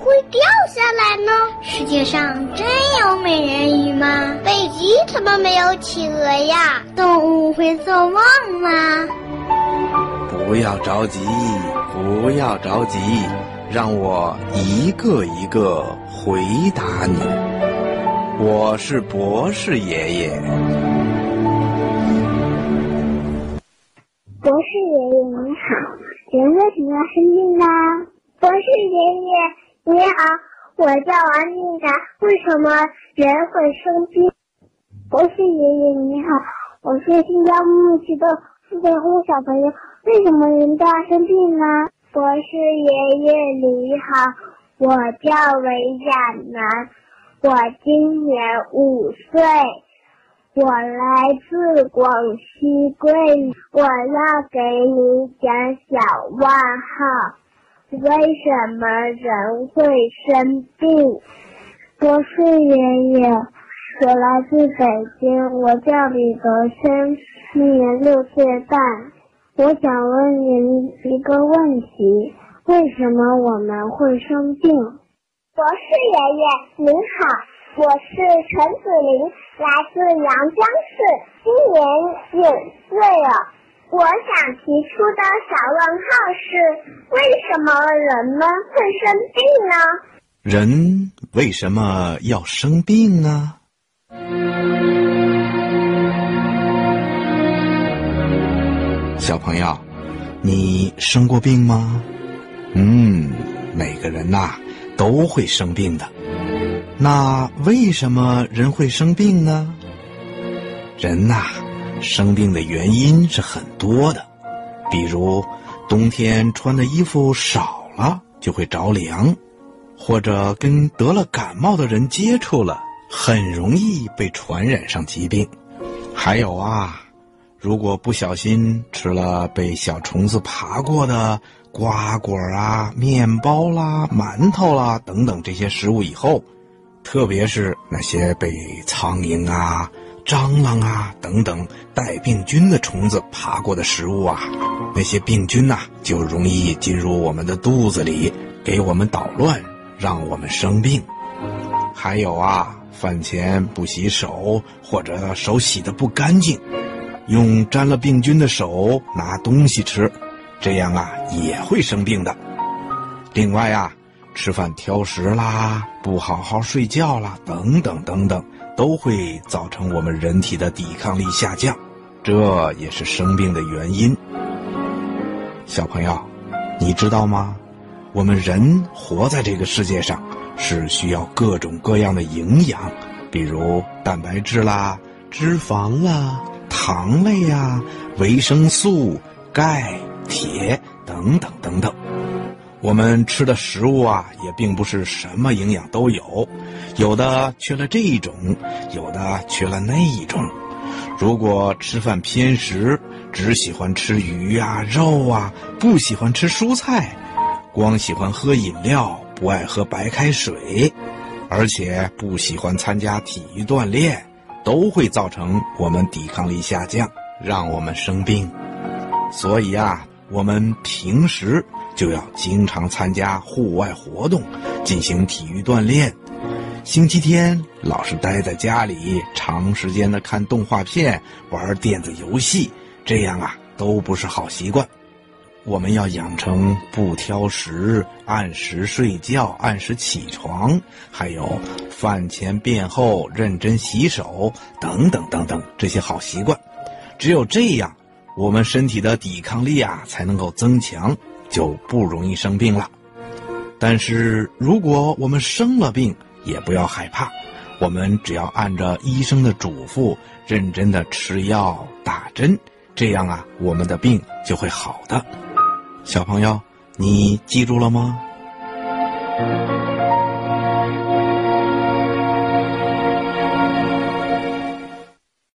会掉下来呢？世界上真有美人鱼吗？北极怎么没有企鹅呀？动物会做梦吗？ 不要着急，不要着急，让我一个一个回答你。我是博士爷爷。 博士爷爷你好，人为什么要生病呢？博士爷爷你好，我叫王静达，为什么人会生病？博士爷爷你好，我是新疆木区的付北红小朋友，为什么人都要生病呢？博士爷爷你好，我叫韦亚楠，我今年5岁，我来自广西桂林，我要给你讲小问号，为什么人会生病？博士爷爷，我来自北京，我叫李德生，今年6岁半。我想问您一个问题，为什么我们会生病？博士爷爷您好，我是陈子玲，来自阳江市，今年9岁了。我想提出的小问号是，为什么人们会生病呢？ 人为什么要生病呢？小朋友，你生过病吗？每个人呐，都会生病的。那为什么人会生病呢？人呐，生病的原因是很多的，比如冬天穿的衣服少了就会着凉，或者跟得了感冒的人接触了，很容易被传染上疾病。还有啊，如果不小心吃了被小虫子爬过的瓜果啊、面包啦、馒头啦等等这些食物以后，特别是那些被苍蝇啊、蟑螂啊等等带病菌的虫子爬过的食物啊，那些病菌呐，就容易进入我们的肚子里，给我们捣乱，让我们生病。还有啊，饭前不洗手，或者手洗得不干净，用沾了病菌的手拿东西吃，这样啊也会生病的。另外啊，吃饭挑食啦，不好好睡觉啦，等等等等，都会造成我们人体的抵抗力下降，这也是生病的原因。小朋友，你知道吗？我们人活在这个世界上是需要各种各样的营养，比如蛋白质啦、脂肪啦、糖类呀、维生素、钙、铁等等等等。我们吃的食物啊，也并不是什么营养都有，有的缺了这一种，有的缺了那一种。如果吃饭偏食，只喜欢吃鱼啊、肉啊，不喜欢吃蔬菜，光喜欢喝饮料，不爱喝白开水，而且不喜欢参加体育锻炼，都会造成我们抵抗力下降，让我们生病。所以啊，我们平时就要经常参加户外活动，进行体育锻炼。星期天老是待在家里，长时间的看动画片、玩电子游戏，这样啊都不是好习惯。我们要养成不挑食、按时睡觉、按时起床，还有饭前便后认真洗手等等等等这些好习惯。只有这样，我们身体的抵抗力啊才能够增强，就不容易生病了。但是如果我们生了病，也不要害怕，我们只要按照医生的嘱咐，认真的吃药打针，这样啊，我们的病就会好的。小朋友，你记住了吗？